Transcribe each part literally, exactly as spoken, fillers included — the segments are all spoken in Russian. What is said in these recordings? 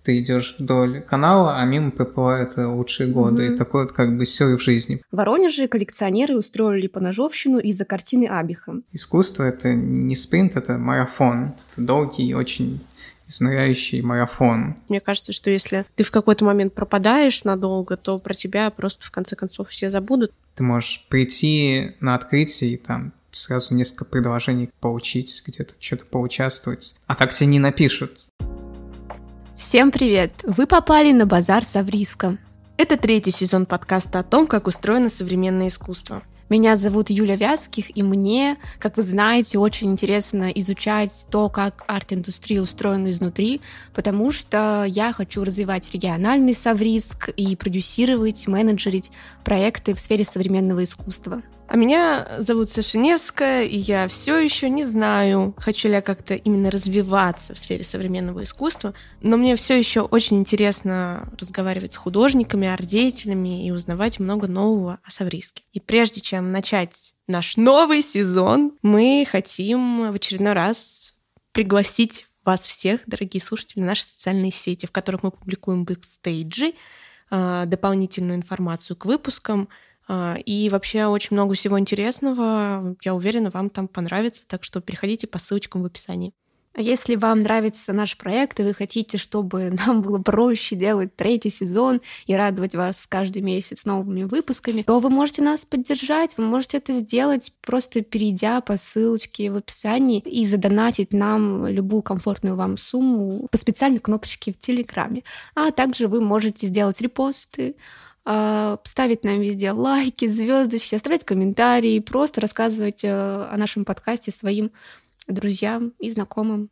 Ты идешь вдоль канала, а мимо проплывают лучшие годы. Mm-hmm. И такой вот как бы сюр в жизни. В Воронеже коллекционеры устроили поножовщину из-за картины Абиха. Искусство — это не спринт, это марафон. Это долгий, очень изнуряющий марафон. Мне кажется, что если ты в какой-то момент пропадаешь надолго, то про тебя просто в конце концов все забудут. Ты можешь прийти на открытие и там сразу несколько предложений получить, где-то что-то поучаствовать. А так тебе не напишут. Всем привет! Вы попали на базар Савриска. Это третий сезон подкаста о том, как устроено современное искусство. Меня зовут Юля Вязких, и мне, как вы знаете, очень интересно изучать то, как арт-индустрия устроена изнутри, потому что я хочу развивать региональный Савриск и продюсировать, менеджерить проекты в сфере современного искусства. А меня зовут Саша Невская, и я все еще не знаю, хочу ли я как-то именно развиваться в сфере современного искусства, но мне все еще очень интересно разговаривать с художниками, арт-деятелями и узнавать много нового о Савриске. И прежде чем начать наш новый сезон, мы хотим в очередной раз пригласить вас всех, дорогие слушатели, в наши социальные сети, в которых мы публикуем бэкстейджи, дополнительную информацию к выпускам, и вообще очень много всего интересного. Я уверена, вам там понравится, так что переходите по ссылочкам в описании. А если вам нравится наш проект, и вы хотите, чтобы нам было проще делать третий сезон и радовать вас каждый месяц новыми выпусками, то вы можете нас поддержать, вы можете это сделать, просто перейдя по ссылочке в описании и задонатить нам любую комфортную вам сумму по специальной кнопочке в Телеграме. А также вы можете сделать репосты, ставить нам везде лайки, звездочки, оставлять комментарии, просто рассказывать о нашем подкасте своим друзьям и знакомым.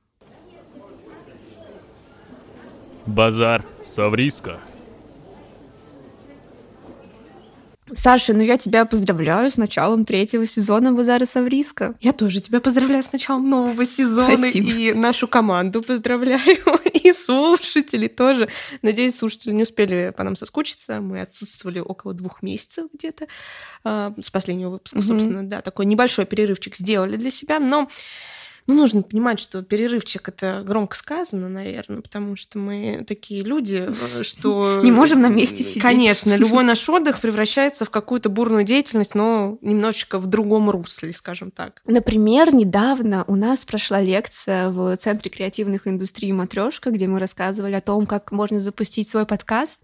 Базар Савриска. Саша, ну я тебя поздравляю с началом третьего сезона Базара Савриска. Я тоже тебя поздравляю с началом нового сезона. Спасибо. И нашу команду поздравляю, и слушателей тоже. Надеюсь, слушатели не успели по нам соскучиться. Мы отсутствовали около двух месяцев где-то э, с последнего выпуска, mm-hmm. собственно, да, такой небольшой перерывчик сделали для себя, но Ну, нужно понимать, что перерывчик — это громко сказано, наверное, потому что мы такие люди, что... Не можем на месте сидеть. Конечно, любой наш отдых превращается в какую-то бурную деятельность, но немножечко в другом русле, скажем так. Например, недавно у нас прошла лекция в Центре креативных индустрий «Матрёшка», где мы рассказывали о том, как можно запустить свой подкаст.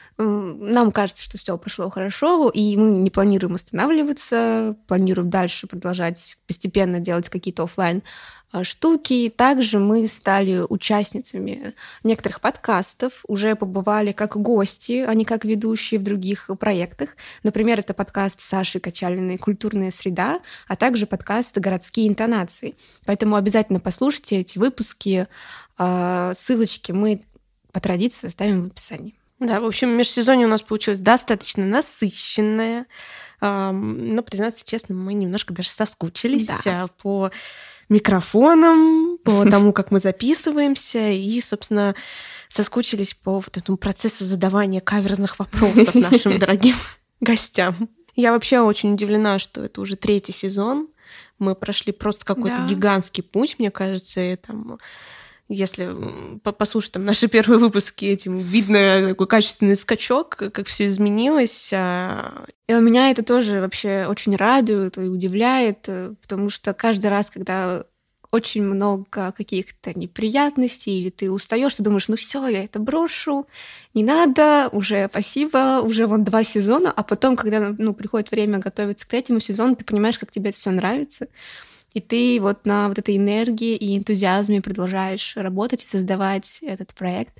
Нам кажется, что все пошло хорошо, и мы не планируем останавливаться, планируем дальше продолжать постепенно делать какие-то офлайн штуки. Также мы стали участницами некоторых подкастов, уже побывали как гости, а не как ведущие в других проектах. Например, это подкаст Саши Качалиной «Культурная среда», а также подкаст «Городские интонации». Поэтому обязательно послушайте эти выпуски. Ссылочки мы по традиции оставим в описании. Да, в общем, межсезонье у нас получилось достаточно насыщенное, но, признаться честно, мы немножко даже соскучились да. по микрофонам, по тому, как мы записываемся, и, собственно, соскучились по вот этому процессу задавания каверзных вопросов нашим дорогим гостям. Я вообще очень удивлена, что это уже третий сезон. Мы прошли просто какой-то да. гигантский путь, мне кажется, и там... Если послушать там наши первые выпуски, этим видно такой качественный скачок, как все изменилось. И у меня это тоже вообще очень радует и удивляет, потому что каждый раз, когда очень много каких-то неприятностей, или ты устаешь, ты думаешь, ну все, я это брошу, не надо, уже спасибо, уже вон два сезона, а потом, когда ну, приходит время готовиться к третьему сезону, ты понимаешь, как тебе это все нравится. И ты вот на вот этой энергии и энтузиазме продолжаешь работать и создавать этот проект.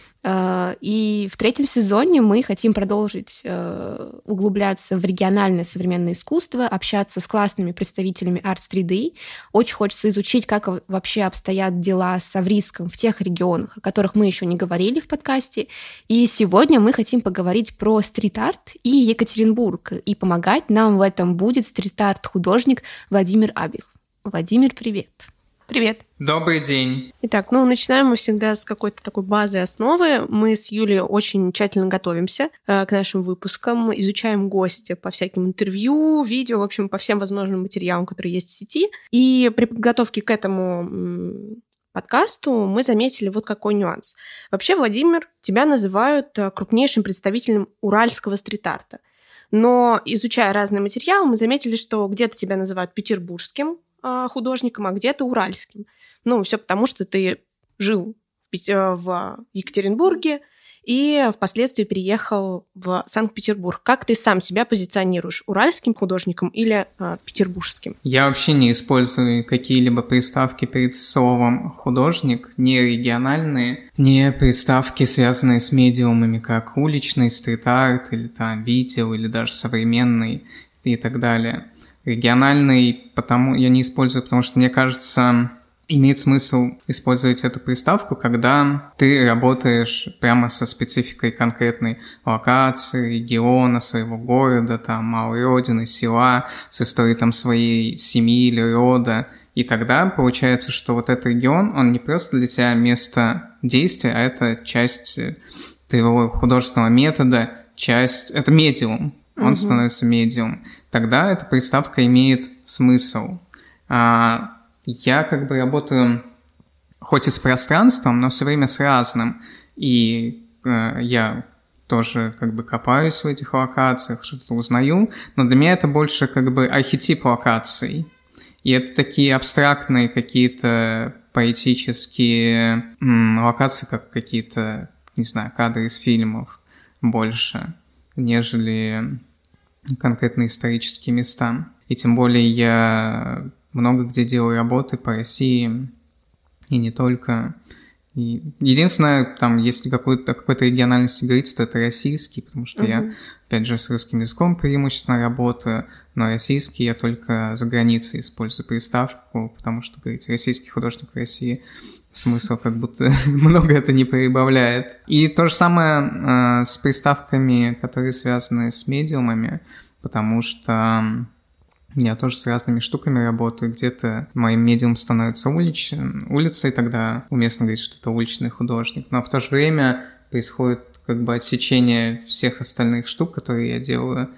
И в третьем сезоне мы хотим продолжить углубляться в региональное современное искусство, общаться с классными представителями арт-среды. Очень хочется изучить, как вообще обстоят дела с Савриском в тех регионах, о которых мы еще не говорили в подкасте. И сегодня мы хотим поговорить про стрит-арт и Екатеринбург. И помогать нам в этом будет стрит-арт-художник Владимир Абих. Владимир, привет. Привет. Добрый день. Итак, ну, начинаем мы всегда с какой-то такой базы, основы. Мы с Юлей очень тщательно готовимся э, к нашим выпускам, изучаем гостя по всяким интервью, видео, в общем, по всем возможным материалам, которые есть в сети. И при подготовке к этому м- подкасту, мы заметили вот какой нюанс. Вообще, Владимир, тебя называют крупнейшим представителем уральского стрит-арта. Но, изучая разные материалы, мы заметили, что где-то тебя называют петербургским э, художником, а где-то уральским. Ну, все потому, что ты жил в, Пет... в Екатеринбурге и впоследствии переехал в Санкт-Петербург. Как ты сам себя позиционируешь? Уральским художником или э, петербургским? Я вообще не использую какие-либо приставки перед словом «художник», не региональные, не приставки, связанные с медиумами, как уличный, стрит-арт, или там видео, или даже современный и так далее. Региональный потому я не использую, потому что, мне кажется, имеет смысл использовать эту приставку, когда ты работаешь прямо со спецификой конкретной локации, региона, своего города, там, малой родины, села, с историей там своей семьи или рода. И тогда получается, что вот этот регион, он не просто для тебя место действия, а это часть твоего художественного метода, часть... Это медиум. Он угу. становится медиум. Тогда эта приставка имеет смысл. А Я как бы работаю хоть и с пространством, но все время с разным. И э, я тоже как бы копаюсь в этих локациях, что-то узнаю, но для меня это больше как бы архетип локаций. И это такие абстрактные какие-то поэтические м, локации, как какие-то, не знаю, кадры из фильмов больше, нежели конкретные исторические места. И тем более я много где делаю работы по России, и не только. И единственное, там, если какой-то, какой-то региональности говорить, то это российский, потому что uh-huh. я, опять же, с русским языком преимущественно работаю, но российский я только за границей использую приставку, потому что, говорить, российский художник в России смысл как будто много это не прибавляет. И то же самое э, с приставками, которые связаны с медиумами, потому что я тоже с разными штуками работаю. Где-то моим медиумом становится улич... улица, и тогда уместно говорить, что это уличный художник. Но в то же время происходит как бы отсечение всех остальных штук, которые я делаю,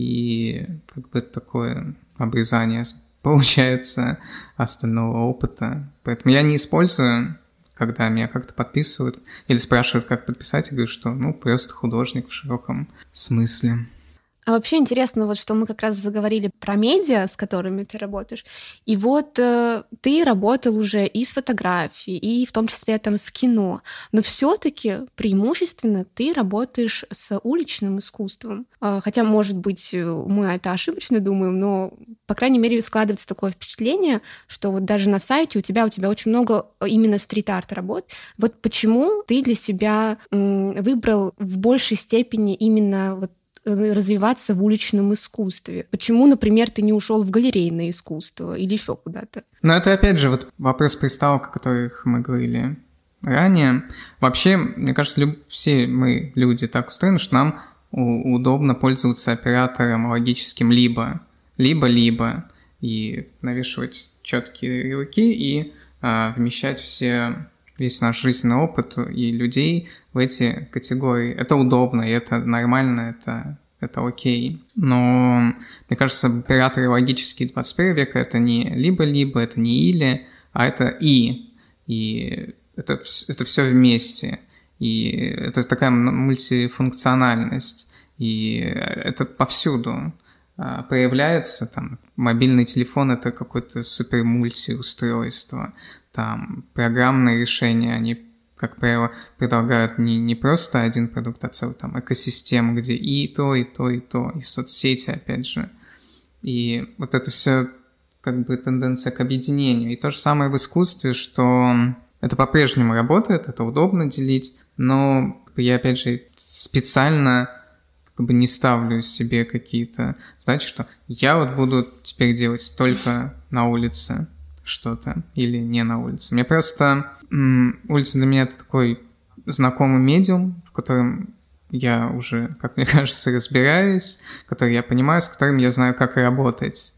и как бы такое обрезание получается остального опыта. Поэтому я не использую, когда меня как-то подписывают или спрашивают, как подписать, я говорю, что ну просто художник в широком смысле. А вообще интересно, вот что мы как раз заговорили про медиа, с которыми ты работаешь. И вот э, ты работал уже и с фотографией, и в том числе там с кино. Но все-таки преимущественно ты работаешь с уличным искусством. Э, хотя, может быть, мы это ошибочно думаем, но, по крайней мере, складывается такое впечатление, что вот даже на сайте у тебя, у тебя очень много именно стрит-арт работ. Вот почему ты для себя м, выбрал в большей степени именно вот развиваться в уличном искусстве? Почему, например, ты не ушел в галерейное искусство или еще куда-то? Ну, это, опять же, вот вопрос приставок, о которых мы говорили ранее. Вообще, мне кажется, люб... все мы, люди, так устроены, что нам у- удобно пользоваться оператором логическим либо, либо-либо, и навешивать четкие ярлыки и а, вмещать все... весь наш жизненный опыт и людей в эти категории. Это удобно, и это нормально, это, это окей. Но, мне кажется, операторы логические двадцать первого века — это не либо-либо, это не или, а это и. И это, это все вместе. И это такая мультифункциональность. И это повсюду появляется. Там, мобильный телефон — это какое-то супер-мульти-устройство. Там программные решения, они, как правило, предлагают не, не просто один продукт, а целую там экосистему, где и то, и то, и то, и соцсети, опять же. И вот это все как бы тенденция к объединению. И то же самое в искусстве, что это по-прежнему работает, это удобно делить, но я, опять же, специально как бы не ставлю себе какие-то задачи, что я вот буду теперь делать только на улице что-то или не на улице. Мне просто м, улица для меня это такой знакомый медиум, в котором я уже, как мне кажется, разбираюсь, который я понимаю, с которым я знаю, как работать.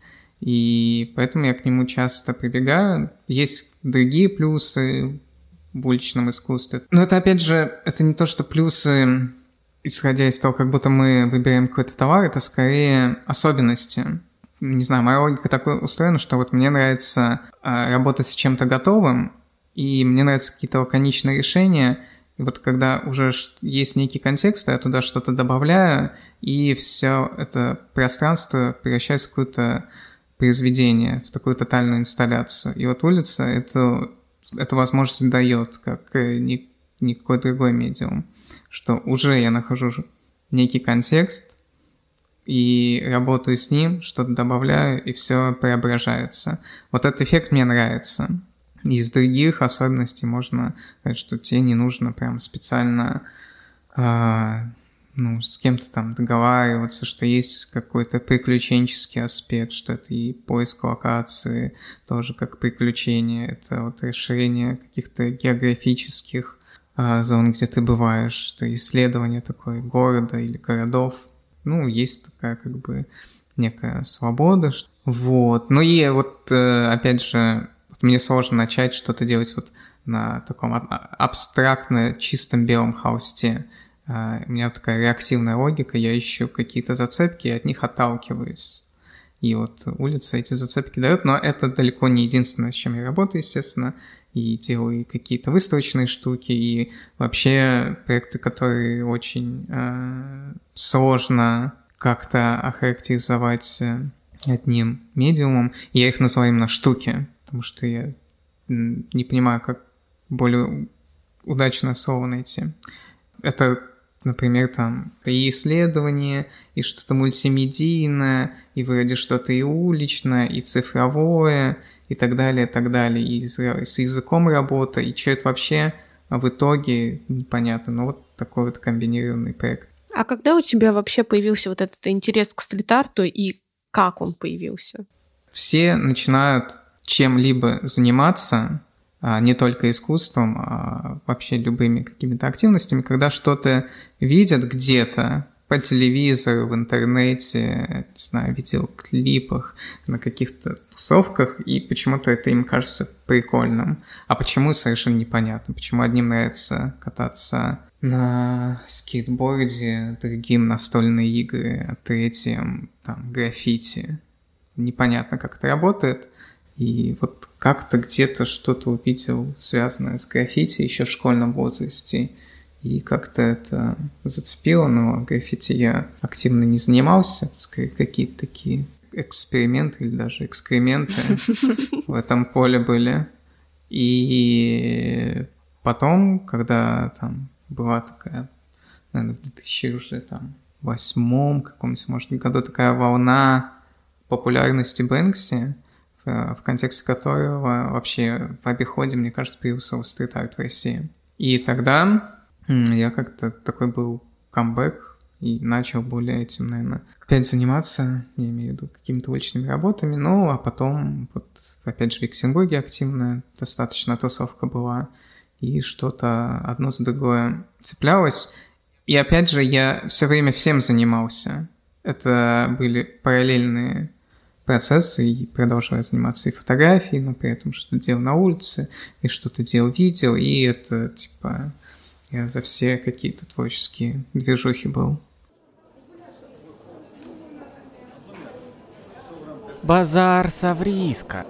И поэтому я к нему часто прибегаю. Есть другие плюсы в уличном искусстве. Но это, опять же, это не то, что плюсы, исходя из того, как будто мы выбираем какой-то товар, это скорее особенности. Не знаю, моя логика так устроена, что вот мне нравится э, работать с чем-то готовым, и мне нравятся какие-то лаконичные решения. И вот когда уже есть некий контекст, я туда что-то добавляю, и все это пространство превращается в какое-то произведение, в такую тотальную инсталляцию. И вот улица эту, эту возможность дает, как ни, никакой другой медиум, что уже я нахожу некий контекст и работаю с ним, что-то добавляю, и все преображается. Вот этот эффект мне нравится. Из других особенностей можно сказать, что тебе не нужно прям специально э, ну, с кем-то там договариваться, что есть какой-то приключенческий аспект, что это и поиск локации тоже как приключение, это вот расширение каких-то географических э, зон, где ты бываешь, это исследование такое города или городов. Ну, есть такая как бы некая свобода. Вот. Ну и вот опять же, мне сложно начать что-то делать вот на таком абстрактно чистом белом холсте. У меня такая реактивная логика, я ищу какие-то зацепки и от них отталкиваюсь. И вот улица эти зацепки дает, но это далеко не единственное, с чем я работаю, естественно. И делаю какие-то выставочные штуки, и вообще проекты, которые очень э, сложно как-то охарактеризовать одним медиумом. Я их называю именно штуки, потому что я не понимаю, как более удачное слово найти. Это, например, там и исследование, и что-то мультимедийное, и вроде что-то и уличное, и цифровое, и так далее, и так далее. И с языком работа, и что это вообще в итоге непонятно. Но вот такой вот комбинированный проект. А когда у тебя вообще появился вот этот интерес к стрит-арту, и как он появился? Все начинают чем-либо заниматься, не только искусством, а вообще любыми какими-то активностями, когда что-то видят где-то по телевизору, в интернете, не знаю, в видеоклипах, на каких-то тусовках, и почему-то это им кажется прикольным. А почему, совершенно непонятно. Почему одним нравится кататься на скейтборде, другим настольные игры, а третьим там граффити. Непонятно, как это работает. И вот как-то где-то что-то увидел, связанное с граффити еще в школьном возрасте. И как-то это зацепило, но граффити я активно не занимался. Скорее, какие-то такие эксперименты или даже экскременты в этом поле были. И потом, когда там была такая, наверное, в две тысячи восьмом каком-нибудь, может, году такая волна популярности Бэнкси, в контексте которого вообще в обиходе, мне кажется, появился стрит-арт в России. И тогда я как-то такой был камбэк и начал более этим, наверное, опять заниматься, я имею в виду, какими-то уличными работами. Ну, а потом, вот, опять же, в Екатеринбурге активная достаточно тусовка была, и что-то одно за другое цеплялось. И опять же, я все время всем занимался. Это были параллельные процессы, и продолжаю заниматься и фотографией, но при этом что-то делал на улице, и что-то делал видео, и это, типа, я за все какие-то творческие движухи был. Базар Савриска.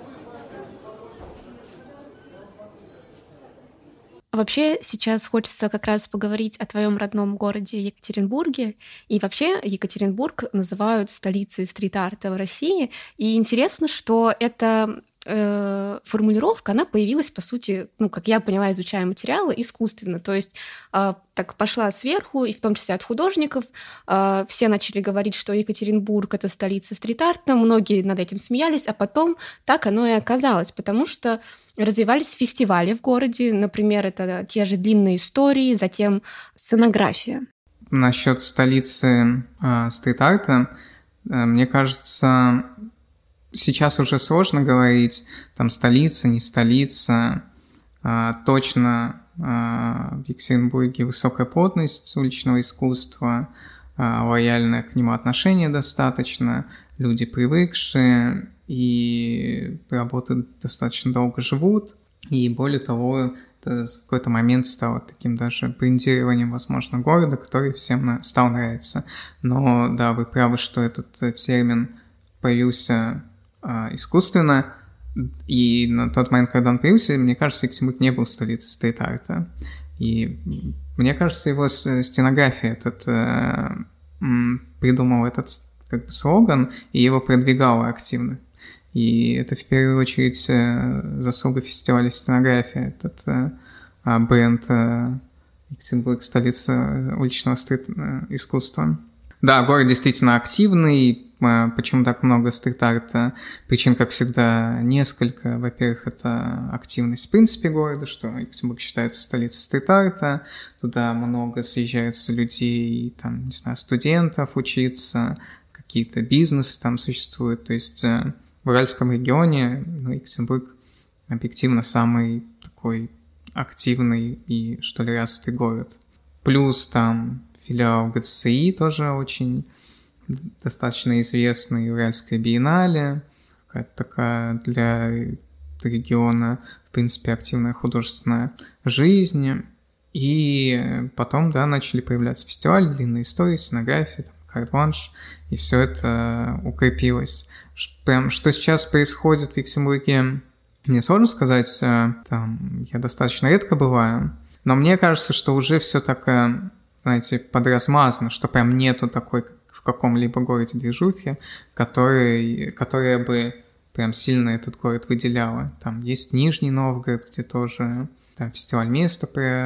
Вообще сейчас хочется как раз поговорить о твоем родном городе Екатеринбурге. И вообще Екатеринбург называют столицей стрит-арта в России. И интересно, что эта э, формулировка, она появилась, по сути, ну, как я поняла, изучая материалы, искусственно. То есть э, так пошла сверху, и в том числе от художников. Э, все начали говорить, что Екатеринбург — это столица стрит-арта. Многие над этим смеялись, а потом так оно и оказалось. Потому что развивались фестивали в городе, например, это те же длинные истории, затем сценография. Насчет столицы э, стрит-арта, э, мне кажется, сейчас уже сложно говорить, там столица, не столица. Э, точно э, в Екатеринбурге высокая плотность уличного искусства, э, лояльное к нему отношение достаточно, люди привыкшие, и работы достаточно долго живут, и более того, это в какой-то момент стало таким даже брендированием, возможно, города, который всем стал нравиться. Но да, вы правы, что этот термин появился а, искусственно, И на тот момент, когда он появился, мне кажется, Екатеринбург не был столицей стрит-арта. И мне кажется, его стенография этот, э, придумал этот как бы, слоган и его продвигала активно. И это в первую очередь э, заслуга фестиваля стенография, этот э, бренд э, Екатеринбург, столица уличного стрит-искусства. Да, город действительно активный. Почему так много стрит-арта? Причин, как всегда, несколько. Во-первых, это активность в принципе города, что Екатеринбург считается столицей стрит-арта. Туда много съезжается людей, там, не знаю, студентов учиться, какие-то бизнесы там существуют. То есть в Уральском регионе ну, Екатеринбург объективно самый такой активный и, что ли, развитый город. Плюс там филиал ГЦИ тоже очень достаточно известный, Уральская биеннале, какая-то такая для региона, в принципе, активная художественная жизнь. И потом, да, начали появляться фестивали, длинные истории, сценография, карт-бланш, и все это укрепилось. Прям, что сейчас происходит в Екатеринбурге, мне сложно сказать, там, я достаточно редко бываю, но мне кажется, что уже все так, знаете, подразмазано, что прям нету такой в каком-либо городе движухи, который, которая бы прям сильно этот город выделяла. Там есть Нижний Новгород, где тоже там фестиваль места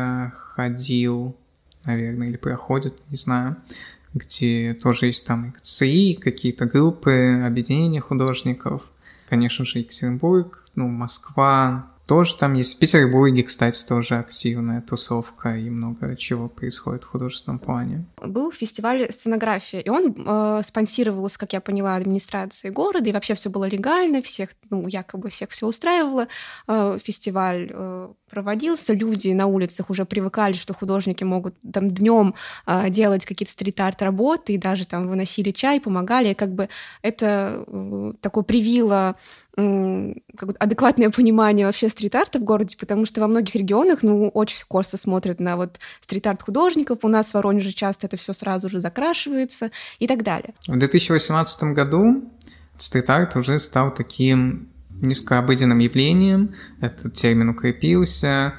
проходил, наверное, или проходит, не знаю, где тоже есть там ГЦИ, какие-то группы, объединения художников. Конечно же, Екатеринбург, ну, Москва тоже там есть. В Петербурге, кстати, тоже активная тусовка и много чего происходит в художественном плане. Был фестиваль сценографии, и он э, спонсировался, как я поняла, администрацией города, и вообще все было легально, всех, ну, якобы всех все устраивало. Э, фестиваль э, проводился, люди на улицах уже привыкали, что художники могут там днем э, делать какие-то стрит-арт работы, и даже там выносили чай, помогали, и как бы это э, такое привило как бы адекватное понимание вообще стрит-арта в городе, потому что во многих регионах, ну, очень косо смотрят на вот стрит-арт художников, у нас в Воронеже часто это все сразу же закрашивается и так далее. В две тысячи восемнадцатом году стрит-арт уже стал таким низкообыденным явлением, этот термин укрепился,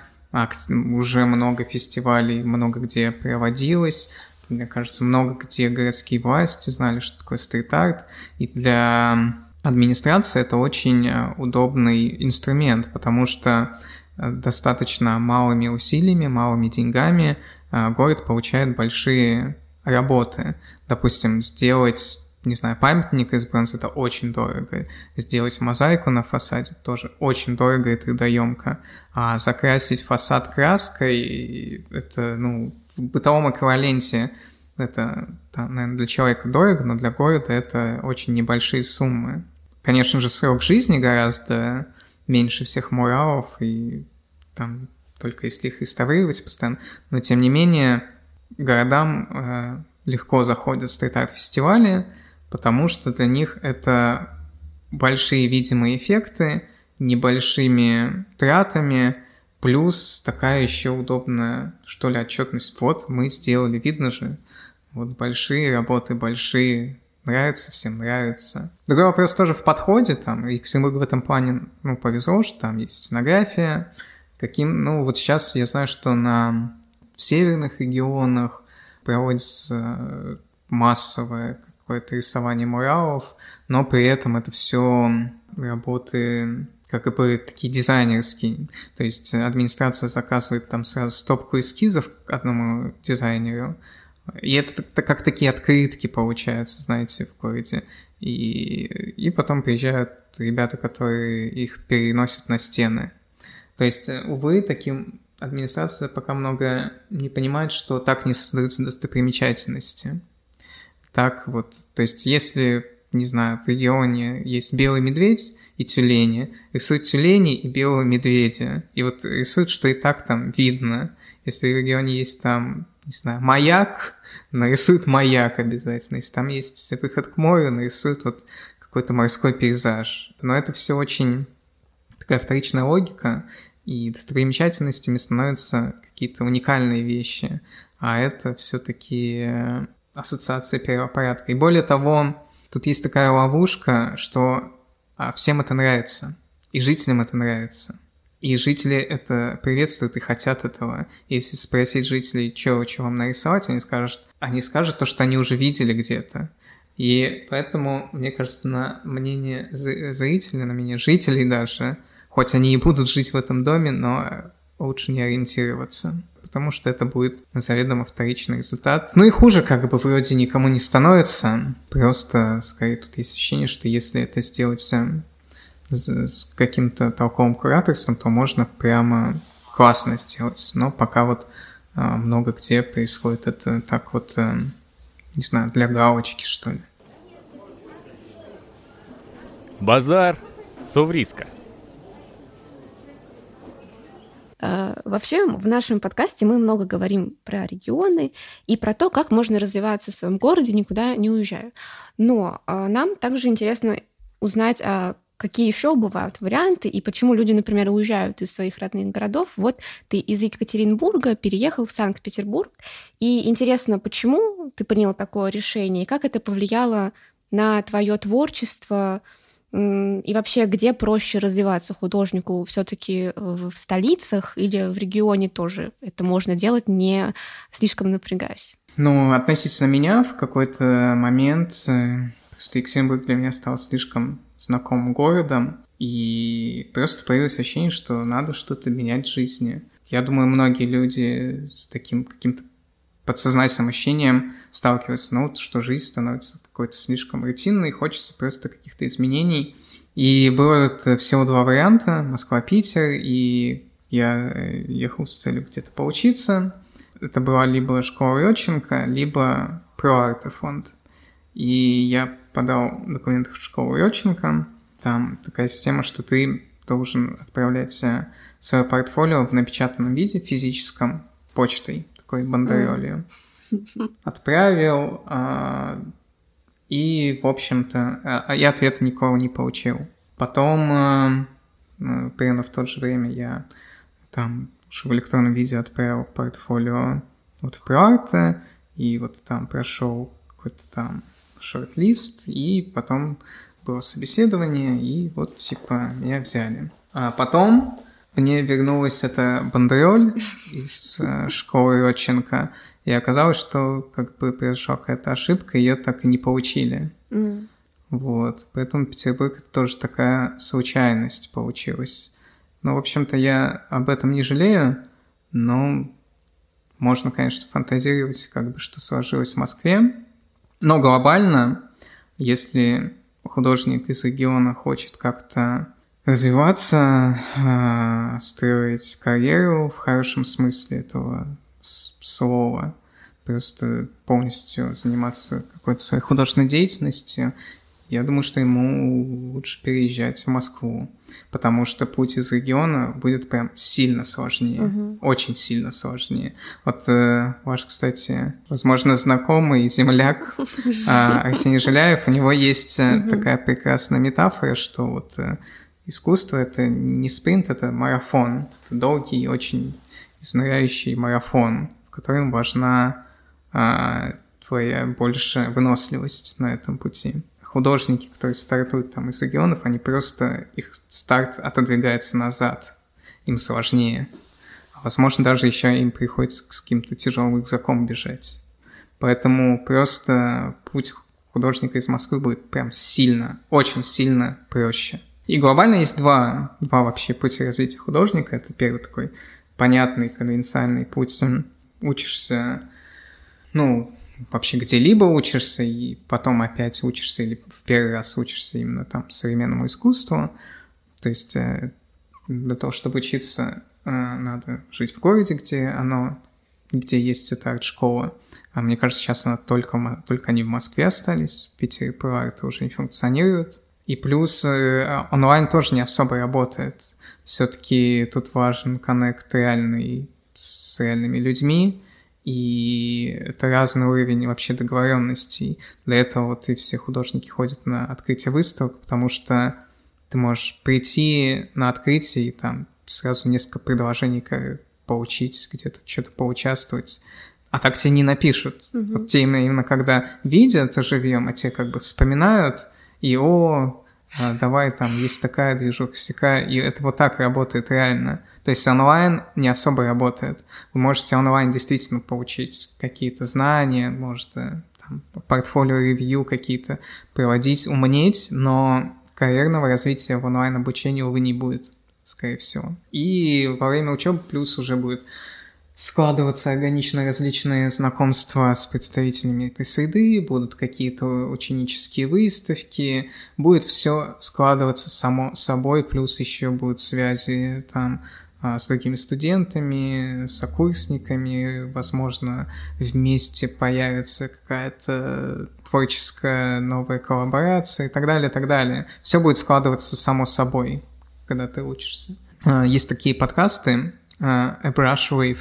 уже много фестивалей, много где проводилось, мне кажется, много где городские власти знали, что такое стрит-арт, и для администрация – это очень удобный инструмент, потому что достаточно малыми усилиями, малыми деньгами город получает большие работы. Допустим, сделать, не знаю, памятник из бронзы – это очень дорого. Сделать мозаику на фасаде тоже очень дорого и трудоемко. А закрасить фасад краской – это, ну, в бытовом эквиваленте это, наверное, для человека дорого, но для города это очень небольшие суммы. Конечно же, срок жизни гораздо меньше всех муралов, и там только если их реставрировать постоянно. Но, тем не менее, городам э, легко заходят стрит-арт-фестивали, потому что для них это большие видимые эффекты, небольшими тратами, плюс такая еще удобная, что ли, отчетность. Вот, мы сделали, видно же, вот большие работы, большие... Нравится, всем нравится. Другой вопрос тоже в подходе. Там Екатеринбург в этом плане, ну, повезло, что там есть сценография. Каким, ну, вот сейчас я знаю, что на в северных регионах проводится массовое какое-то рисование муралов, но при этом это все работы как бы такие дизайнерские. То есть администрация заказывает там сразу стопку эскизов к одному дизайнеру, и это как такие открытки получаются, знаете, в городе. И, и потом приезжают ребята, которые их переносят на стены. То есть, увы, таким администрация пока много не понимает, что так не создаются достопримечательности. Так вот, то есть, если, не знаю, в регионе есть белый медведь и тюлени, рисуют тюлени и белого медведя. И вот рисуют, что и так там видно. Если в регионе есть там, не знаю, маяк, нарисуют маяк обязательно. Если там есть выход к морю, нарисуют вот какой-то морской пейзаж. Но это все очень такая вторичная логика, и достопримечательностями становятся какие-то уникальные вещи. А это все-таки ассоциация первого порядка. И более того, тут есть такая ловушка, что всем это нравится. И жителям это нравится. И жители это приветствуют и хотят этого. Если спросить жителей, что, что вам нарисовать, они скажут, они скажут то, что они уже видели где-то. И поэтому, мне кажется, на мнение зрителей, на мнение жителей даже, хоть они и будут жить в этом доме, но лучше не ориентироваться, потому что это будет заведомо вторичный результат. Ну и хуже как бы вроде никому не становится, просто скорее тут есть ощущение, что если это сделать с каким-то толковым кураторством, то можно прямо классно сделать. Но пока вот много где происходит это так вот, не знаю, для галочки, что ли. Базар Совриска. Вообще, в нашем подкасте мы много говорим про регионы и про то, как можно развиваться в своем городе, никуда не уезжая. Но нам также интересно узнать, какие еще бывают варианты и почему люди, например, уезжают из своих родных городов. Вот ты из Екатеринбурга переехал в Санкт-Петербург, и интересно, почему ты принял такое решение, и как это повлияло на твое творчество, и вообще, где проще развиваться художнику? Все-таки в столицах или в регионе тоже это можно делать, не слишком напрягаясь? Ну, относительно меня в какой-то момент просто Екатеринбург для меня стал слишком знакомым городом, и просто появилось ощущение, что надо что-то менять в жизни. Я думаю, многие люди с таким каким-то подсознательным ощущением сталкиваются, ну, вот, что жизнь становится какой-то слишком рутинной, хочется просто каких-то изменений. И было вот всего два варианта, Москва-Питер, и я ехал с целью где-то поучиться. Это была либо школа Родченко, либо ProArt фонд. И я подал документы в школу Родченко. Там такая система, что ты должен отправлять свое портфолио в напечатанном виде, физическом, почтой, такой бандеролью. Mm. Отправил, а, и, в общем-то, а, я ответа никого не получил. Потом, а, примерно в то же время, я там в электронном виде отправил портфолио вот в ProArt, и вот там прошел какой-то там шорт-лист, и потом было собеседование, и вот, типа, меня взяли. А потом мне вернулась эта бандероль из э, школы Родченко, и оказалось, что как бы произошла какая-то ошибка, ее так и не получили. Mm. Вот. Поэтому Петербург — это тоже такая случайность получилась. Ну, в общем-то, я об этом не жалею, но можно, конечно, фантазировать, как бы, что сложилось в Москве. Но глобально, если художник из региона хочет как-то развиваться, э, строить карьеру в хорошем смысле этого слова, просто полностью заниматься какой-то своей художественной деятельностью, я думаю, что ему лучше переезжать в Москву, потому что путь из региона будет прям сильно сложнее, uh-huh. очень сильно сложнее. Вот э, ваш, кстати, возможно, знакомый земляк э, Арсений Жиляев, у него есть э, uh-huh. такая прекрасная метафора, что вот э, искусство — это не спринт, это марафон, это долгий, очень изнуряющий марафон, в котором важна э, твоя большая выносливость на этом пути. Художники, которые стартуют там из регионов, они просто, их старт отодвигается назад, им сложнее. Возможно, даже еще им приходится с каким-то тяжелым рюкзаком бежать. Поэтому просто путь художника из Москвы будет прям сильно, очень сильно проще. И глобально есть два, два вообще пути развития художника. Это первый такой понятный, конвенциальный путь. Учишься, ну, вообще где-либо учишься, и потом опять учишься, или в первый раз учишься именно там современному искусству. То есть для того, чтобы учиться, надо жить в городе, где оно, где есть эта арт-школа. А мне кажется, сейчас она только, только они в Москве остались, в Питере ProArt уже не функционирует. И плюс онлайн тоже не особо работает. Все-таки тут важен коннект реальный с реальными людьми, и это разный уровень вообще договоренностей. Для этого вот и все художники ходят на открытие выставок, потому что ты можешь прийти на открытие и там сразу несколько предложений получить, где-то что-то поучаствовать. А так тебе не напишут. Mm-hmm. Вот те именно, именно когда видят живьем, а те как бы вспоминают, и о, давай там, есть такая движуха, всякая, и это вот так работает реально. То есть онлайн не особо работает. Вы можете онлайн действительно получить какие-то знания, может, там, портфолио-ревью какие-то проводить, умнеть, но карьерного развития в онлайн-обучении, увы, не будет, скорее всего. И во время учебы плюс уже будет складываться органично различные знакомства с представителями этой среды, будут какие-то ученические выставки, будет все складываться само собой, плюс еще будут связи там с другими студентами, сокурсниками, возможно, вместе появится какая-то творческая новая коллаборация и так далее, и так далее. Все будет складываться само собой, когда ты учишься. Есть такие подкасты, A Brush Wave.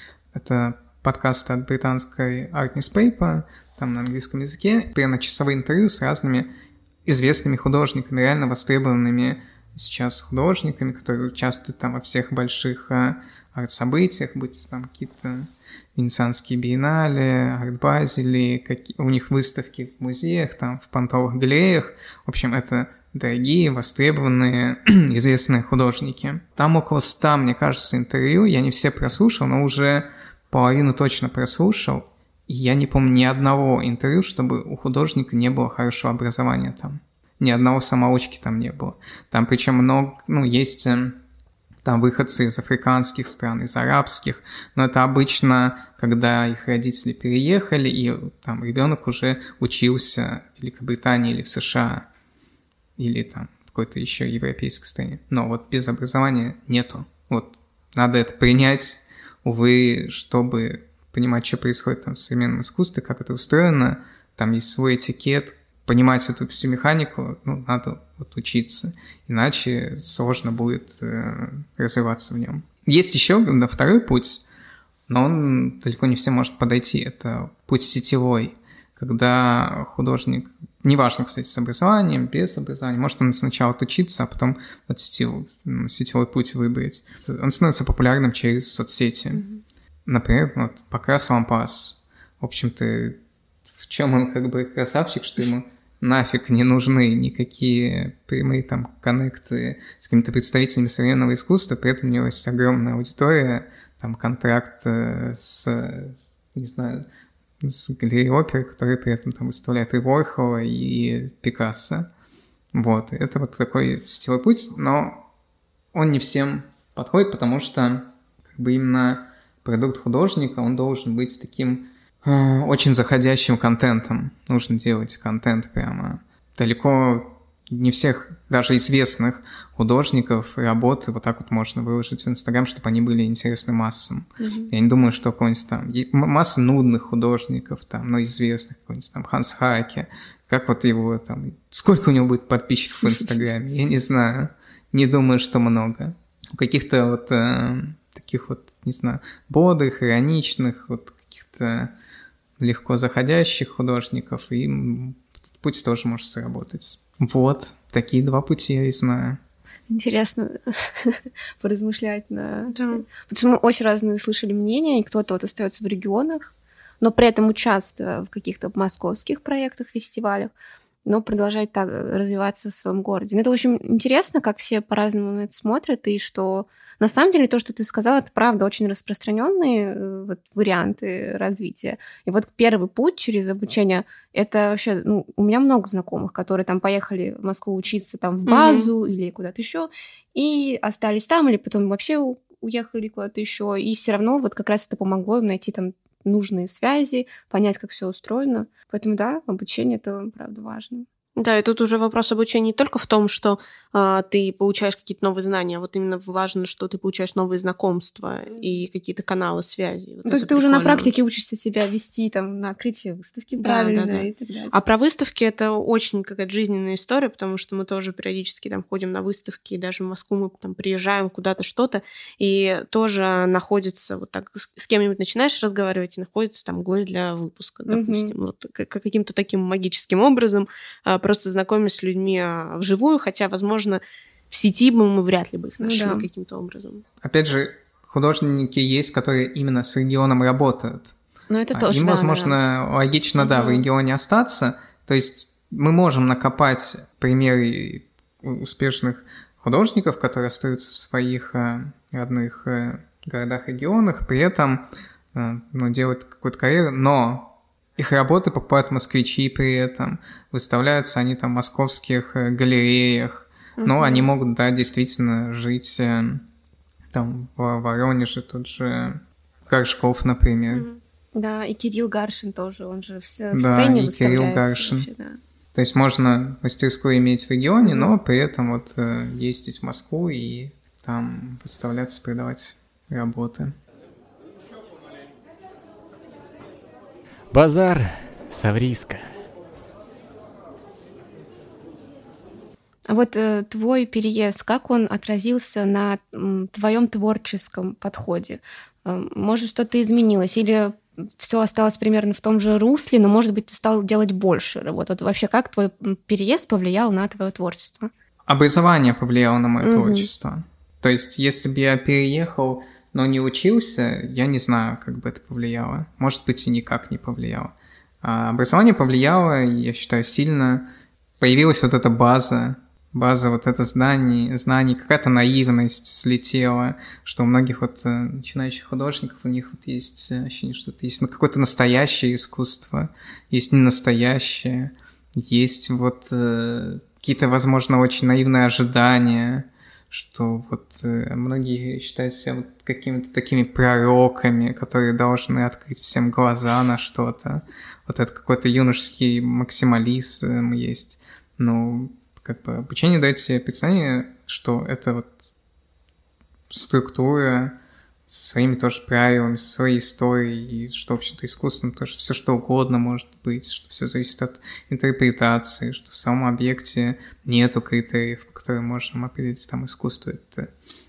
Это подкаст от британской Art Newspaper, там на английском языке, примерно часовые интервью с разными известными художниками, реально востребованными сейчас художниками, которые участвуют там во всех больших арт-событиях, будь там какие-то венецианские биеннале, арт-базели, какие... у них выставки в музеях, там в понтовых галереях. В общем, это дорогие, востребованные, известные художники. Там около ста, мне кажется, интервью, я не все прослушал, но уже половину точно прослушал, и я не помню ни одного интервью, чтобы у художника не было хорошего образования там. Ни одного самоучки там не было. Там причем много, ну, есть там выходцы из африканских стран, из арабских, но это обычно, когда их родители переехали, и там ребенок уже учился в Великобритании или в США, или там в какой-то еще европейской стране. Но вот без образования нету. Вот надо это принять, увы, чтобы понимать, что происходит там в современном искусстве, как это устроено, там есть свой этикет, понимать эту всю механику, ну, надо вот учиться, иначе сложно будет э, развиваться в нем. Есть еще да, второй путь, но он далеко не всем может подойти. Это путь сетевой, когда художник, неважно, кстати, с образованием, без образования, может он сначала отучиться, а потом вот сетевой, сетевой путь выбрать. Он становится популярным через соцсети. Mm-hmm. Например, вот, покрас лампас. В общем-то, в чем он как бы красавчик, что ему нафиг не нужны никакие прямые там коннекты с какими-то представителями современного искусства, при этом у него есть огромная аудитория, там контракт с, не знаю, с галереей оперы, которые при этом там выставляют и Ворхола, и Пикассо. Вот, это вот такой сетевой путь, но он не всем подходит, потому что как бы именно продукт художника, он должен быть таким очень заходящим контентом. Нужно делать контент прямо. Далеко не всех, даже известных художников работы вот так вот можно выложить в Инстаграм, чтобы они были интересны массам. Mm-hmm. Я не думаю, что какой-нибудь там... Масса нудных художников, там, ну, известных, какой-нибудь там Ханс Хаке. Как вот его там... Сколько у него будет подписчиков в Инстаграме? Я не знаю. Не думаю, что много. У каких-то вот э, таких вот, не знаю, бодрых, ироничных, вот каких-то легко заходящих художников, и путь тоже может сработать. Вот, такие два пути я и знаю. Интересно поразмышлять на... Да. Потому что мы очень разные слышали мнения, и кто-то вот остается в регионах, но при этом участвуя в каких-то московских проектах, фестивалях, но продолжать так развиваться в своем городе. Но это очень интересно, как все по-разному на это смотрят, и что на самом деле то, что ты сказала, это правда очень распространенные вот, варианты развития. И вот первый путь через обучение, это вообще, ну, у меня много знакомых, которые там поехали в Москву учиться там в базу mm-hmm. или куда-то еще, и остались там, или потом вообще уехали куда-то еще, и все равно вот как раз это помогло им найти там нужные связи, понять, как все устроено. Поэтому да, обучение это правда важно. Да, и тут уже вопрос обучения не только в том, что а, ты получаешь какие-то новые знания, вот именно важно, что ты получаешь новые знакомства и какие-то каналы связи. Вот то есть ты уже на практике учишься себя вести там на открытие выставки правильно, да, да, да. и так далее. А про выставки это очень какая-то жизненная история, потому что мы тоже периодически там ходим на выставки, и даже в Москву мы там приезжаем куда-то что-то, и тоже находится вот так, с, с кем-нибудь начинаешь разговаривать, и находится там гость для выпуска, допустим, mm-hmm. вот каким-то таким магическим образом просто знакомимся с людьми вживую, хотя, возможно, в сети бы мы вряд ли бы их нашли ну, да. каким-то образом. Опять же, художники есть, которые именно с регионом работают. Ну, это тоже, Им, да, возможно, логично, угу. да, в регионе остаться. То есть мы можем накопать примеры успешных художников, которые остаются в своих родных городах, регионах, при этом ну, делают какую-то карьеру, но их работы покупают москвичи при этом, выставляются они там в московских галереях, mm-hmm. но они могут, да, действительно жить там в Воронеже, тот же Горшков, например. Mm-hmm. Да, и Кирилл Гаршин тоже, он же в, в да, сцене и выставляется. Кирилл Гаршин. Вообще, да. То есть можно мастерскую иметь в регионе, mm-hmm. но при этом вот э, ездить в Москву и там выставляться, продавать работы. Базар Савриска. А вот э, твой переезд, как он отразился на м, твоем творческом подходе? Э, может, что-то изменилось? Или все осталось примерно в том же русле, но, может быть, ты стал делать больше работ? Вот вообще, как твой переезд повлиял на твое творчество? Образование повлияло на мое mm-hmm. творчество. То есть, если бы я переехал, но не учился, я не знаю, как бы это повлияло. Может быть, и никак не повлияло. А образование повлияло, я считаю, сильно. Появилась вот эта база, база вот это знание, знаний, какая-то наивность слетела, что у многих вот начинающих художников, у них вот есть ощущение, что это есть ну, какое-то настоящее искусство, есть ненастоящее, есть вот э, какие-то, возможно, очень наивные ожидания, что вот э, многие считают себя вот какими-то такими пророками, которые должны открыть всем глаза на что-то. Вот это какой-то юношеский максимализм есть. Ну, как бы обучение дает себе представление, что это вот структура со своими тоже правилами, со своей историей, и что, в общем-то, искусством тоже все что угодно может быть, что все зависит от интерпретации, что в самом объекте нету критериев, по которым можем определить, там, искусство это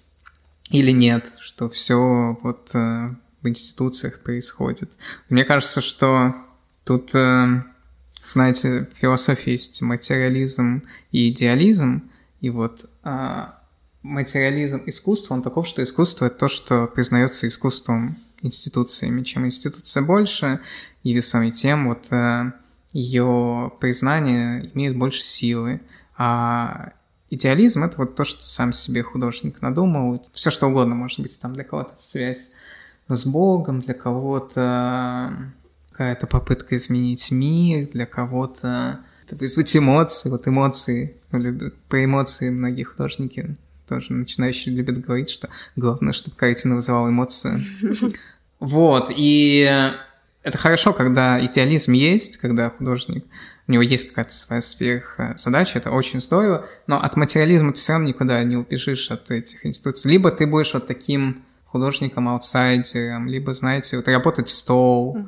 или нет, что все вот э, в институциях происходит. Мне кажется, что тут... Э, знаете, в философии есть материализм и идеализм, и вот а, материализм искусства, он таков, что искусство — это то, что признается искусством институциями. Чем институция больше и весомее, тем вот а, ее признание имеет больше силы. А идеализм — это вот то, что сам себе художник надумал. Все что угодно может быть, там для кого-то связь с Богом, для кого-то... какая-то попытка изменить мир, для кого-то вызвать эмоции. Вот эмоции, про эмоции многие художники тоже начинающие любят говорить, что главное, чтобы картина вызывала эмоцию. Вот, и это хорошо, когда идеализм есть, когда художник, у него есть какая-то своя сверхзадача, это очень здорово, но от материализма ты все равно никуда не убежишь от этих институций. Либо ты будешь вот таким художником-аутсайдером, либо, знаете, вот работать в стол.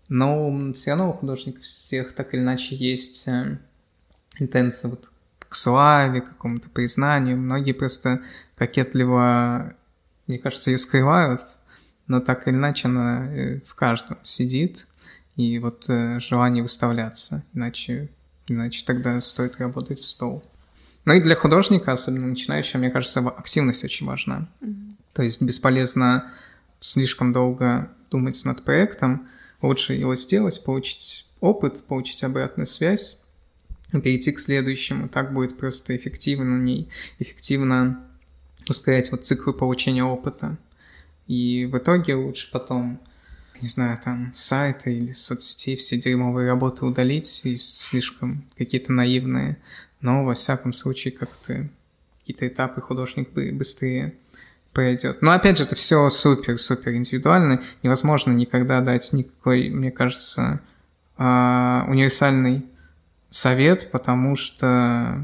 Но все равно у художников всех так или иначе есть э, интенция вот к славе, к какому-то признанию. Многие просто кокетливо, мне кажется, ее скрывают, но так или иначе она в каждом сидит, и вот э, желание выставляться, иначе, иначе тогда стоит работать в стол. Ну и для художника, особенно начинающего, мне кажется, активность очень важна. Mm-hmm. То есть бесполезно слишком долго думать над проектом, лучше его сделать, получить опыт, получить обратную связь и перейти к следующему. Так будет просто эффективно, эффективно ускорять вот циклы получения опыта. И в итоге лучше потом, не знаю, там, сайты или соцсетей, все дерьмовые работы удалить и слишком какие-то наивные. Но, во всяком случае, как-то какие-то этапы художник быстрее пройдет. Но, опять же, это все супер-супер индивидуально. Невозможно никогда дать никакой, мне кажется, универсальный совет, потому что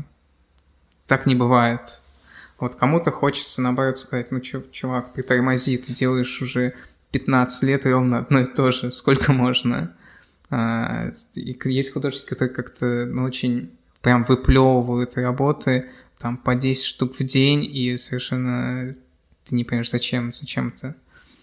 так не бывает. Вот кому-то хочется, наоборот, сказать, ну, чё, чувак, притормози, ты делаешь уже пятнадцать лет ровно одно и то же, сколько можно. И есть художники, которые как-то, ну, очень прям выплевывают работы, там, по десять штук в день, и совершенно ты не понимаешь, зачем, зачем это.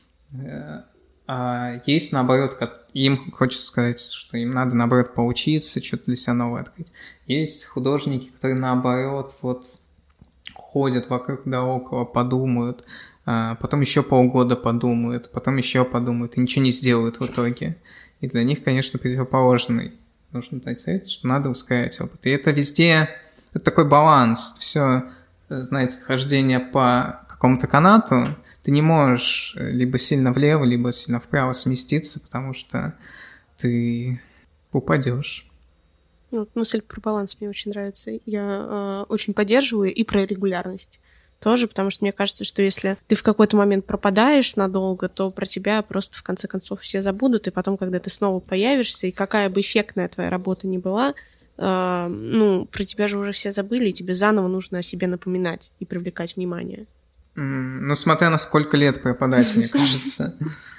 А есть, наоборот, им хочется сказать, что им надо, наоборот, поучиться, что-то для себя новое открыть. Есть художники, которые, наоборот, вот ходят вокруг да около, подумают, потом еще полгода подумают, потом еще подумают и ничего не сделают в итоге. И для них, конечно, противоположный нужно дать совет, что надо ускорять опыт. И это везде это такой баланс. Все, знаете, хождение по какому-то канату, ты не можешь либо сильно влево, либо сильно вправо сместиться, потому что ты упадешь. Ну, вот мысль про баланс мне очень нравится. Я э, очень поддерживаю и про регулярность тоже, потому что мне кажется, что если ты в какой-то момент пропадаешь надолго, то про тебя просто в конце концов все забудут, и потом, когда ты снова появишься, и какая бы эффектная твоя работа ни была, э, ну, про тебя же уже все забыли, и тебе заново нужно о себе напоминать и привлекать внимание. Mm, ну, смотря на сколько лет пропадать, мне кажется.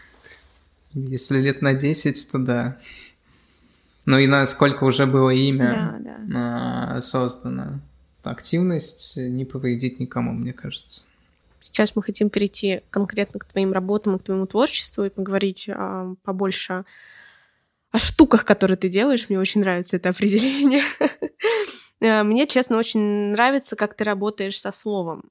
Если лет на десять, то да. Ну и на сколько уже было имя Да, да. создано. Активность не повредит никому, мне кажется. Сейчас мы хотим перейти конкретно к твоим работам и к твоему творчеству и поговорить а, побольше о штуках, которые ты делаешь. Мне очень нравится это определение. Мне, честно, очень нравится, как ты работаешь со словом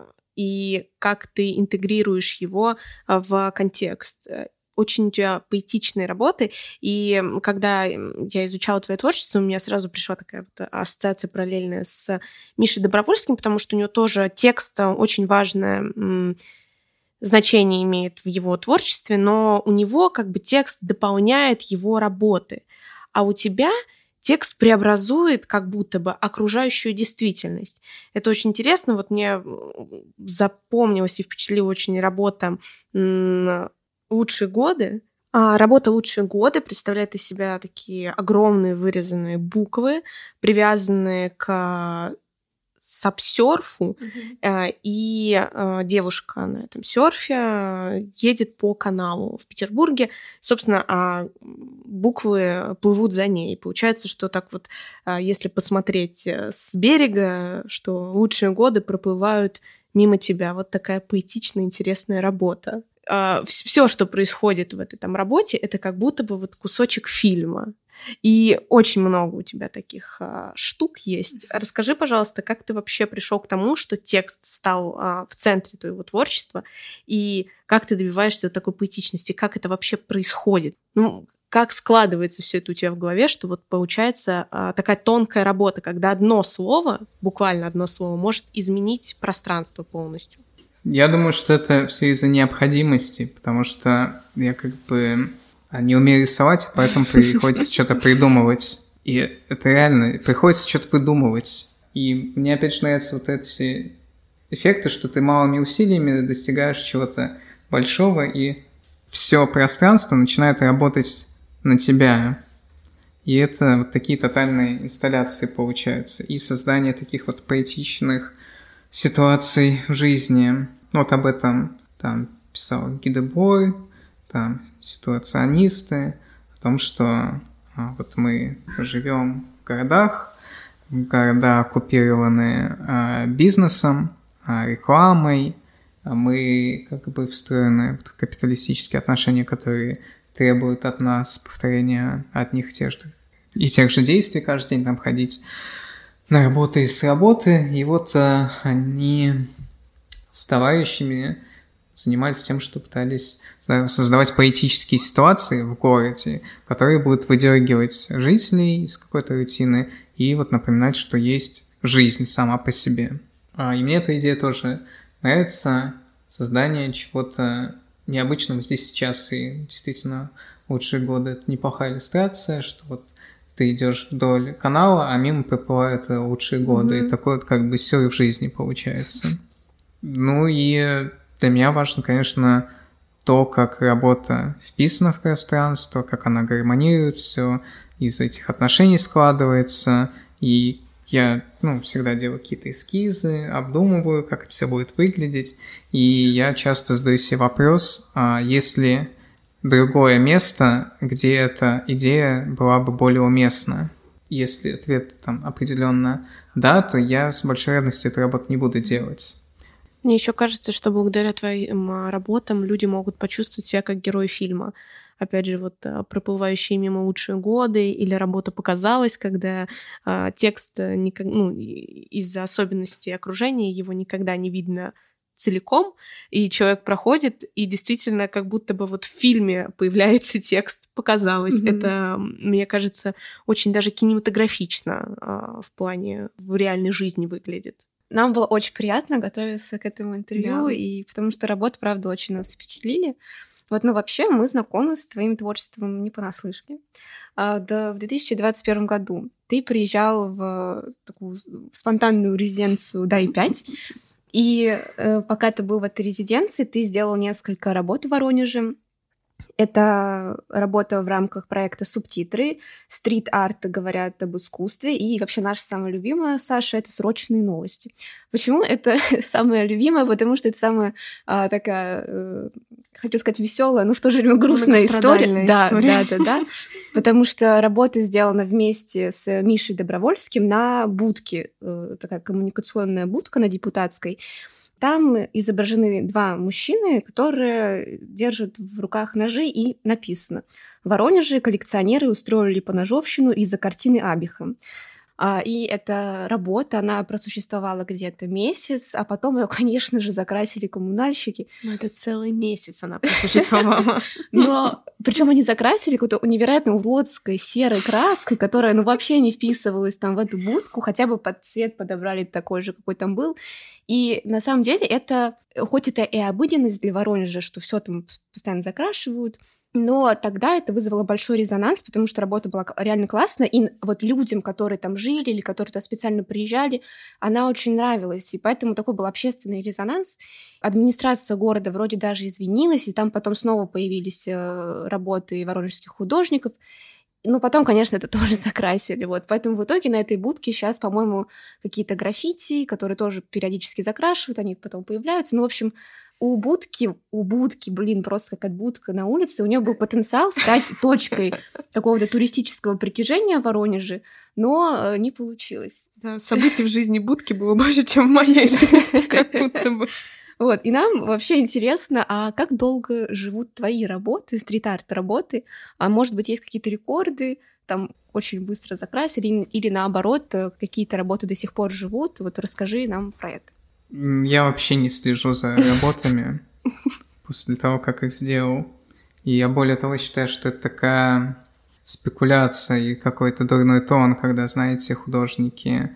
и как ты интегрируешь его в контекст. Очень у тебя поэтичные работы, и когда я изучала твое творчество, у меня сразу пришла такая вот ассоциация параллельная с Мишей Добровольским, потому что у него тоже текст очень важное м, значение имеет в его творчестве, но у него как бы текст дополняет его работы, а у тебя текст преобразует как будто бы окружающую действительность. Это очень интересно. Вот мне запомнилась и впечатлила очень работа м, «Лучшие годы». А работа «Лучшие годы» представляет из себя такие огромные вырезанные буквы, привязанные к сапсерфу, mm-hmm. и девушка на этом серфе едет по каналу в Петербурге. Собственно, а буквы плывут за ней. Получается, что так вот, если посмотреть с берега, что лучшие годы проплывают мимо тебя. Вот такая поэтичная, интересная работа. Все, что происходит в этой там работе, это как будто бы вот кусочек фильма. И очень много у тебя таких а, штук есть. Расскажи, пожалуйста, как ты вообще пришел к тому, что текст стал а, в центре твоего творчества, и как ты добиваешься такой поэтичности, как это вообще происходит? Ну, как складывается все это у тебя в голове, что вот получается а, такая тонкая работа, когда одно слово, буквально одно слово, может изменить пространство полностью? Я думаю, что это все из-за необходимости, потому что я как бы не умею рисовать, поэтому приходится что-то придумывать. И это реально, приходится что-то выдумывать. И мне опять же нравятся вот эти эффекты, что ты малыми усилиями достигаешь чего-то большого, и все пространство начинает работать на тебя. И это вот такие тотальные инсталляции получаются. И создание таких вот поэтичных ситуаций в жизни. Вот об этом там писал Ги Дебой, там ситуационисты, о том, что а, вот мы живем в городах, города оккупированы а, бизнесом, а, рекламой, а мы как бы встроены в капиталистические отношения, которые требуют от нас повторения от них тех же, и тех же действий каждый день, там ходить на работу и с работы, и вот а, они с товарищами занимались тем, что пытались создавать поэтические ситуации в городе, которые будут выдергивать жителей из какой-то рутины и вот напоминать, что есть жизнь сама по себе. И мне эта идея тоже нравится, создание чего-то необычного здесь сейчас, и действительно лучшие годы — это неплохая иллюстрация, что вот ты идешь вдоль канала, а мимо проплывают лучшие годы, mm-hmm. и такой вот как бы сюр в жизни получается. Ну и для меня важно, конечно, то, как работа вписана в пространство, как она гармонирует, все из этих отношений складывается. И я ну, всегда делаю какие-то эскизы, обдумываю, как это все будет выглядеть. И я часто задаю себе вопрос, а если другое место, где эта идея была бы более уместна? Если ответ там определенно да, то я с большой радостью эту работу не буду делать. Мне еще кажется, что благодаря твоим работам люди могут почувствовать себя как герои фильма. Опять же, вот проплывающие мимо лучшие годы, или работа показалась, когда а, текст никак, ну, из-за особенностей окружения его никогда не видно целиком, и человек проходит, и действительно как будто бы вот в фильме появляется текст. Показалось. Mm-hmm. Это, мне кажется, очень даже кинематографично а, в плане в реальной жизни выглядит. Нам было очень приятно готовиться к этому интервью, да. И потому что работы, правда, очень нас впечатлили. Вот, ну, вообще, мы знакомы с твоим творчеством не понаслышке. А, да, в две тысячи двадцать первом году ты приезжал в такую спонтанную резиденцию дай пять, и э, пока ты был в этой резиденции, ты сделал несколько работ в Воронеже. Это работа в рамках проекта «Субтитры», стрит-арт говорят об искусстве, и вообще наша самая любимая, Саша, это «Срочные новости». Почему это самая любимая? Потому что это самая а, такая, э, хотела сказать, веселая, но в то же время грустная история. Да, да, да, да. Потому что работа сделана вместе с Мишей Добровольским на будке, э, такая коммуникационная будка на Депутатской. Там изображены два мужчины, которые держат в руках ножи, и написано: «В Воронеже коллекционеры устроили поножовщину из-за картины Абиха». И эта работа, она просуществовала где-то месяц, а потом ее, конечно же, закрасили коммунальщики. Ну, это целый месяц она просуществовала. Но причем они закрасили какой-то невероятно уродской серой краской, которая, ну, вообще не вписывалась там в эту будку, хотя бы под цвет подобрали такой же, какой там был. И на самом деле это, хоть это и обыденность для Воронежа, что все там постоянно закрашивают, но тогда это вызвало большой резонанс, потому что работа была реально классная, и вот людям, которые там жили или которые туда специально приезжали, она очень нравилась, и поэтому такой был общественный резонанс. Администрация города вроде даже извинилась, и там потом снова появились работы воронежских художников. Ну, потом, конечно, это тоже закрасили, вот. Поэтому в итоге на этой будке сейчас, по-моему, какие-то граффити, которые тоже периодически закрашивают, они потом появляются. Ну, в общем, у будки, у будки, блин, просто как будка на улице, у нее был потенциал стать точкой какого-то туристического притяжения в Воронеже, но не получилось. Да, событий в жизни будки было больше, чем в моей жизни, как будто бы. Вот, и нам вообще интересно, а как долго живут твои работы, стрит-арт работы? А может быть, есть какие-то рекорды, там очень быстро закрасили, или наоборот, какие-то работы до сих пор живут? Вот расскажи нам про это. Я вообще не слежу за работами после того, как их сделал. И я более того считаю, что это такая спекуляция и какой-то дурной тон, когда, знаете, художники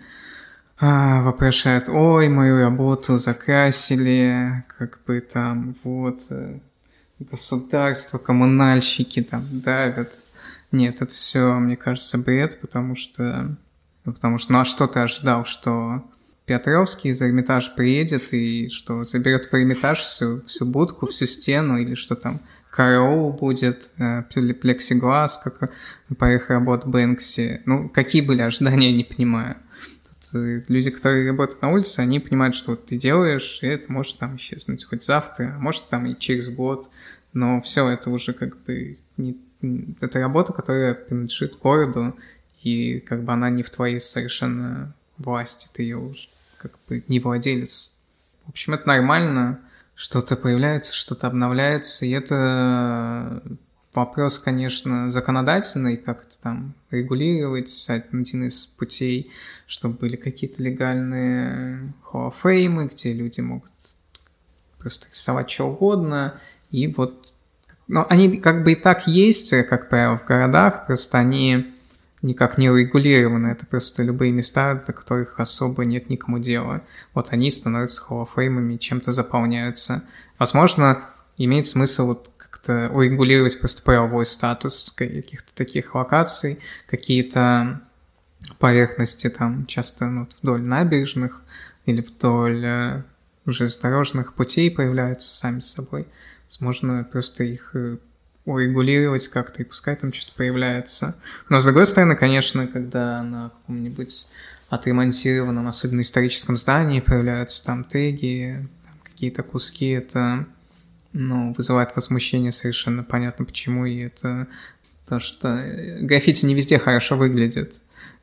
а, вопрошают: ой, мою работу закрасили, как бы там, вот, государство, коммунальщики там давят. Нет, это все, мне кажется, бред, потому что, потому что, ну а что ты ожидал, что Петровский из Эрмитажа приедет и что, заберет в Эрмитаж всю, всю будку, всю стену, или что там, караул будет, э, плексиглаз, как по их работ Бэнкси. Ну, какие были ожидания, я не понимаю. Тут, э, люди, которые работают на улице, они понимают, что вот ты делаешь, и это может там исчезнуть хоть завтра, а может там и через год, но все это уже как бы не... Это работа, которая принадлежит городу, и как бы она не в твоей совершенно власти, ты ее уже как бы не владелец. В общем, это нормально, что-то появляется, что-то обновляется, и это вопрос, конечно, законодательный, как это там регулировать, один из путей, чтобы были какие-то легальные холлофреймы, где люди могут просто рисовать что угодно, и вот, ну, они как бы и так есть, как правило, в городах, просто они никак не урегулированы. Это просто любые места, до которых особо нет никому дела. Вот они становятся холлофреймами, чем-то заполняются. Возможно, имеет смысл вот как-то урегулировать просто правовой статус каких-то таких локаций, какие-то поверхности там часто ну, вдоль набережных или вдоль э, железнодорожных путей появляются сами собой. Возможно, просто их урегулировать как-то, и пускай там что-то появляется. Но, с другой стороны, конечно, когда на каком-нибудь отремонтированном, особенно историческом здании появляются там теги, там какие-то куски, это, ну, вызывает возмущение совершенно понятно почему, и это то, что граффити не везде хорошо выглядит.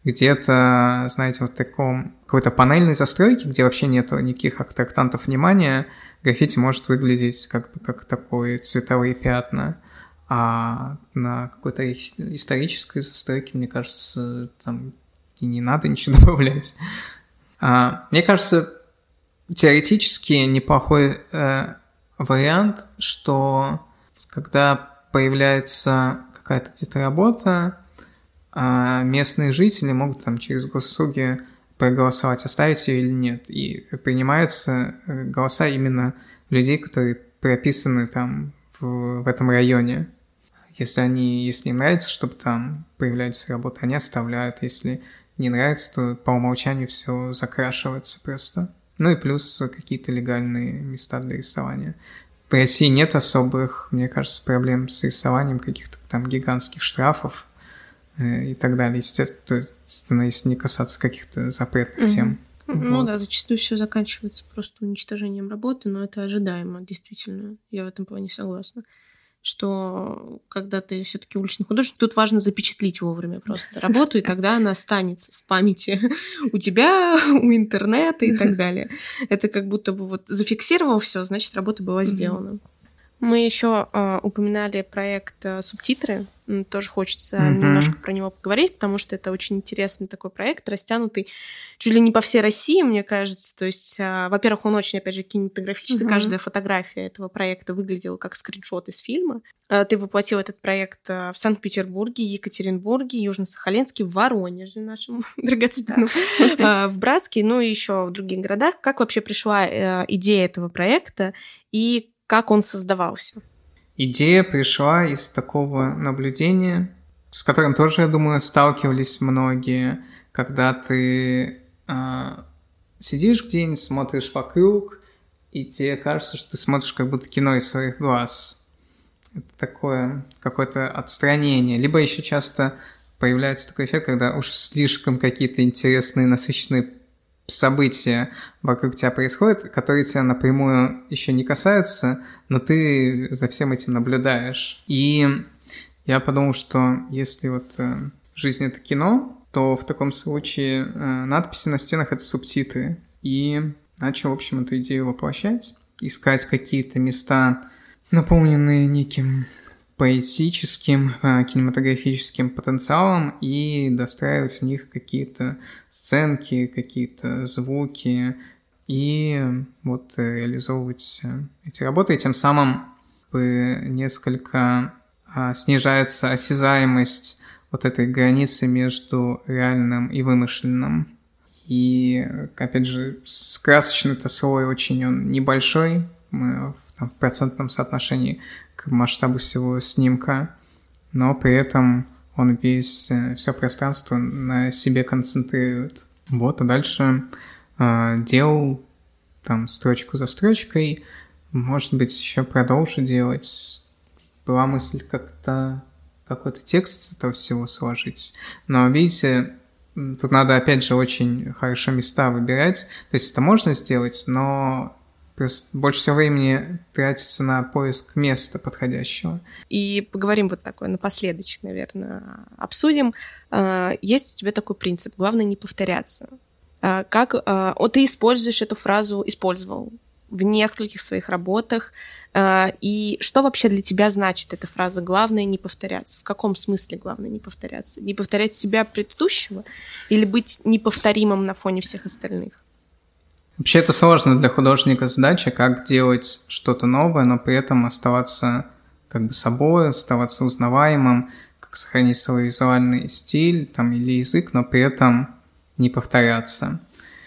Где-то, знаете, вот в таком какой-то панельной застройке, где вообще нету никаких аттрактантов внимания, граффити может выглядеть как бы как такие цветовые пятна. А на какой-то исторической застройке, мне кажется, там и не надо ничего добавлять. А, мне кажется, теоретически неплохой э, вариант, что когда появляется какая-то где-то работа, э, местные жители могут там через госуслуги проголосовать, оставить ее или нет. И принимаются голоса именно людей, которые прописаны там в, в этом районе. Если они, если им нравится, чтобы там появлялись работы, они оставляют. Если не нравится, то по умолчанию все закрашивается просто. Ну и плюс какие-то легальные места для рисования. В России нет особых, мне кажется, проблем с рисованием, каких-то там гигантских штрафов э, и так далее. Естественно, если не касаться каких-то запретных mm-hmm. тем. Ну вот. Да, зачастую все заканчивается просто уничтожением работы, но это ожидаемо, действительно. Я в этом плане согласна. Что когда ты все-таки уличный художник, тут важно запечатлить вовремя просто работу, и тогда она останется в памяти у тебя, у интернета и так далее. Это как будто бы вот зафиксировал все, значит, работа была сделана. Мы еще э, упоминали проект э, «Субтитры». Тоже хочется mm-hmm. немножко про него поговорить, потому что это очень интересный такой проект, растянутый чуть ли не по всей России, мне кажется. То есть, э, во-первых, он очень, опять же, кинематографичный. Mm-hmm. Каждая фотография этого проекта выглядела как скриншот из фильма. Э, ты воплотил этот проект э, в Санкт-Петербурге, Екатеринбурге, Южно-Сахалинске, в Воронеже нашем драгоценном, э, в Братске, ну и еще в других городах. Как вообще пришла э, идея этого проекта и как он создавался? Идея пришла из такого наблюдения, с которым тоже, я думаю, сталкивались многие, когда ты э, сидишь где-нибудь, смотришь вокруг, и тебе кажется, что ты смотришь как будто кино из своих глаз. Это такое какое-то отстранение. Либо еще часто появляется такой эффект, когда уж слишком какие-то интересные, насыщенные события вокруг тебя происходят, которые тебя напрямую еще не касаются, но ты за всем этим наблюдаешь. И я подумал, что если вот э, жизнь — это кино, то в таком случае э, надписи на стенах — это субтитры. И начал, в общем, эту идею воплощать, искать какие-то места, наполненные неким поэтическим, кинематографическим потенциалом, и достраивать в них какие-то сценки, какие-то звуки, и вот реализовывать эти работы, и тем самым несколько снижается осязаемость вот этой границы между реальным и вымышленным. И, опять же, красочный-то слой очень он небольшой, в там, в процентном соотношении к масштабу всего снимка, но при этом он весь, все пространство на себе концентрирует. Вот, а дальше э, делал там строчку за строчкой, может быть, еще продолжу делать. Была мысль как-то какой-то текст из этого всего сложить, но, видите, тут надо, опять же, очень хорошо места выбирать, то есть это можно сделать, но просто больше всего времени тратится на поиск места подходящего. И поговорим вот такое напоследочек, наверное, обсудим. Есть у тебя такой принцип: главное не повторяться. Как ты используешь эту фразу, использовал в нескольких своих работах, и что вообще для тебя значит эта фраза «главное не повторяться»? В каком смысле главное не повторяться? Не повторять себя предыдущего или быть неповторимым на фоне всех остальных? Вообще это сложно для художника задача, как делать что-то новое, но при этом оставаться как бы собой, оставаться узнаваемым, как сохранить свой визуальный стиль там, или язык, но при этом не повторяться.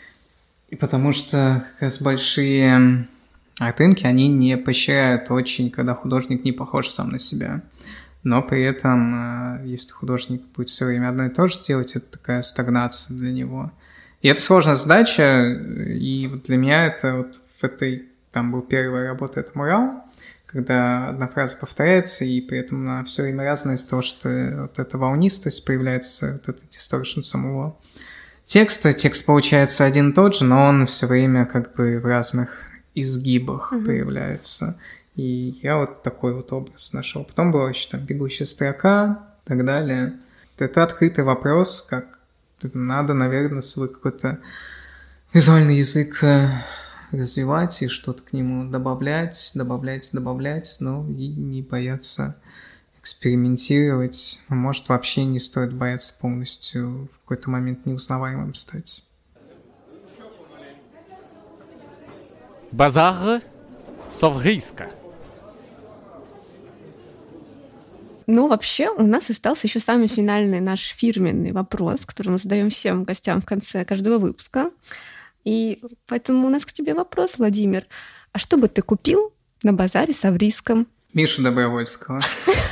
И потому что как раз большие арт-рынки, они не поощряют очень, когда художник не похож сам на себя. Но при этом, если художник будет все время одно и то же делать, это такая стагнация для него. И это сложная задача, и вот для меня это вот в этой, там был первая работа, это мурал, когда одна фраза повторяется, и при этом она все время разная из-за того, что вот эта волнистость появляется, вот этот дисторшн самого текста. Текст получается один и тот же, но он все время как бы в разных изгибах mm-hmm. появляется. И я вот такой вот образ нашел. Потом была еще там бегущая строка и так далее. Это открытый вопрос, как надо, наверное, свой какой-то визуальный язык развивать и что-то к нему добавлять, добавлять, добавлять, но и не бояться экспериментировать. Может, вообще не стоит бояться полностью в какой-то момент неузнаваемым стать. Базар Совриска. Ну, вообще, у нас остался еще самый финальный наш фирменный вопрос, который мы задаем всем гостям в конце каждого выпуска. И поэтому у нас к тебе вопрос, Владимир. А что бы ты купил на базаре Совриском? Мишу Добровольского.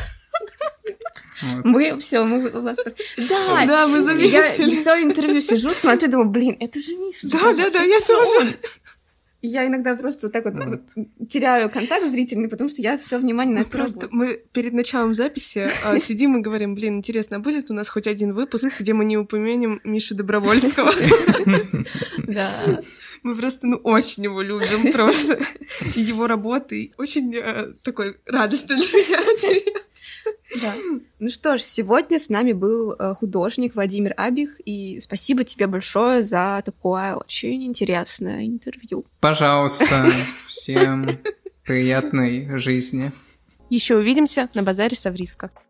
Мы все, мы у вас... Да, да, мы заметили. Я все интервью сижу, смотрю, думаю, блин, это же Миша. Да, да, да, я тоже. Я иногда просто вот так вот, вот теряю контакт зрительный, потому что я все внимание на это Просто работаю. мы перед началом записи а, сидим и говорим, блин, интересно, а будет у нас хоть один выпуск, где мы не упомянем Мишу Добровольского? Да. Мы просто, ну, очень его любим просто. И его работы. Очень такой радостный для меня. Да. Ну что ж, сегодня с нами был художник Владимир Абих, и спасибо тебе большое за такое очень интересное интервью. Пожалуйста, всем приятной жизни. Еще увидимся на базаре Совриска.